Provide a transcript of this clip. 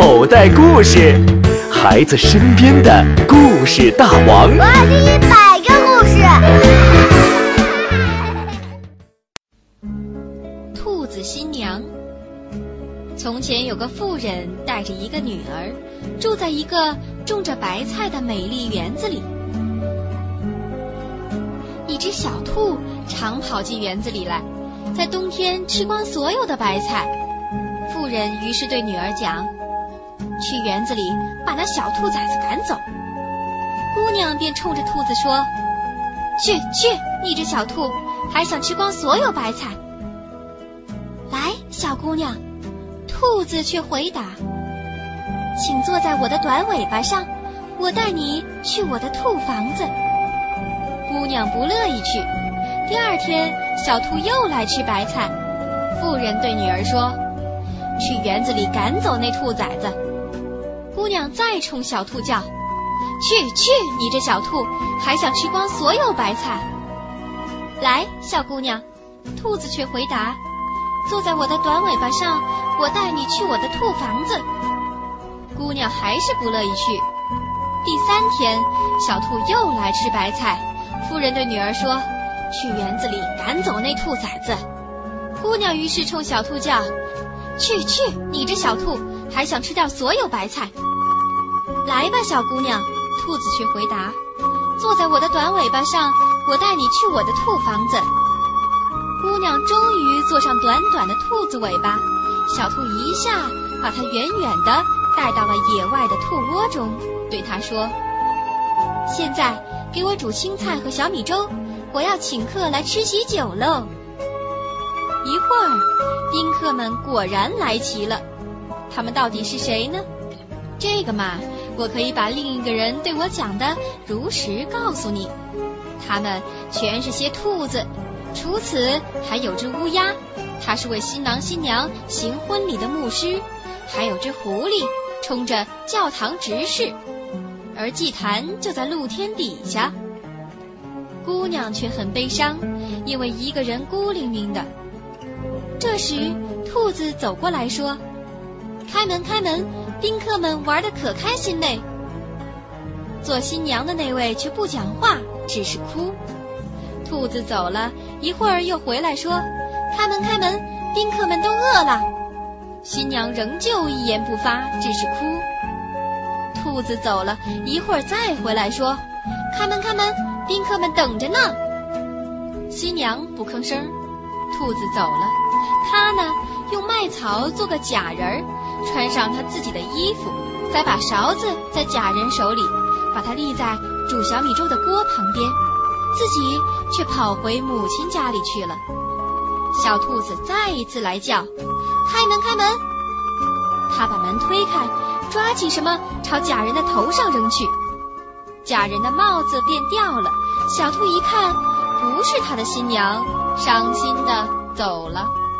口袋故事，孩子身边的故事大王。 我要听100个故事。 兔子新娘。从前有个妇人带着一个女儿，住在一个种着白菜的美丽园子里。一只小兔常跑进园子里来，在冬天吃光所有的白菜。妇人于是对女儿讲，去园子里把那小兔崽子赶走。姑娘便冲着兔子说，去，你这小兔，还想吃光所有白菜。来，小姑娘。兔子却回答，请坐在我的短尾巴上，我带你去我的兔房子。姑娘不乐意去。第二天，小兔又来吃白菜。妇人对女儿说，去园子里赶走那兔崽子。姑娘再冲小兔叫，去，你这小兔，还想吃光所有白菜。来，小姑娘。兔子却回答，坐在我的短尾巴上，我带你去我的兔房子。姑娘还是不乐意去。第三天，小兔又来吃白菜。妇人对女儿说，去园子里赶走那兔崽子。姑娘于是冲小兔叫，去，你这小兔，还想吃掉所有白菜。来吧，小姑娘。兔子却回答，坐在我的短尾巴上，我带你去我的兔房子。姑娘终于坐上短短的兔子尾巴，小兔一下把它远远地带到了野外的兔窝中，对它说，现在给我煮青菜和小米粥，我要请客来吃喜酒喽。一会儿，宾客们果然来齐了。他们到底是谁呢？这个嘛，我可以把另一个人对我讲的如实告诉你。他们全是些兔子，除此还有只乌鸦，它是为新郎新娘行婚礼的牧师，还有只狐狸冲着教堂执事，而祭坛就在露天底下。姑娘却很悲伤，因为一个人孤零零的。这时兔子走过来说，开门，宾客们玩得可开心嘞。做新娘的那位却不讲话，只是哭。兔子走了一会儿又回来说，开门，宾客们都饿了。新娘仍旧一言不发，只是哭。兔子走了一会儿再回来说，开门，宾客们等着呢。新娘不吭声。兔子走了，她呢用麦草做个假人，穿上她自己的衣服，再把勺子在假人手里，把它立在煮小米粥的锅旁边，自己却跑回母亲家里去了。小兔子再一次来叫，开门。他把门推开，抓起什么朝假人的头上扔去，假人的帽子便掉了。小兔一看不是他的新娘，伤心的走了。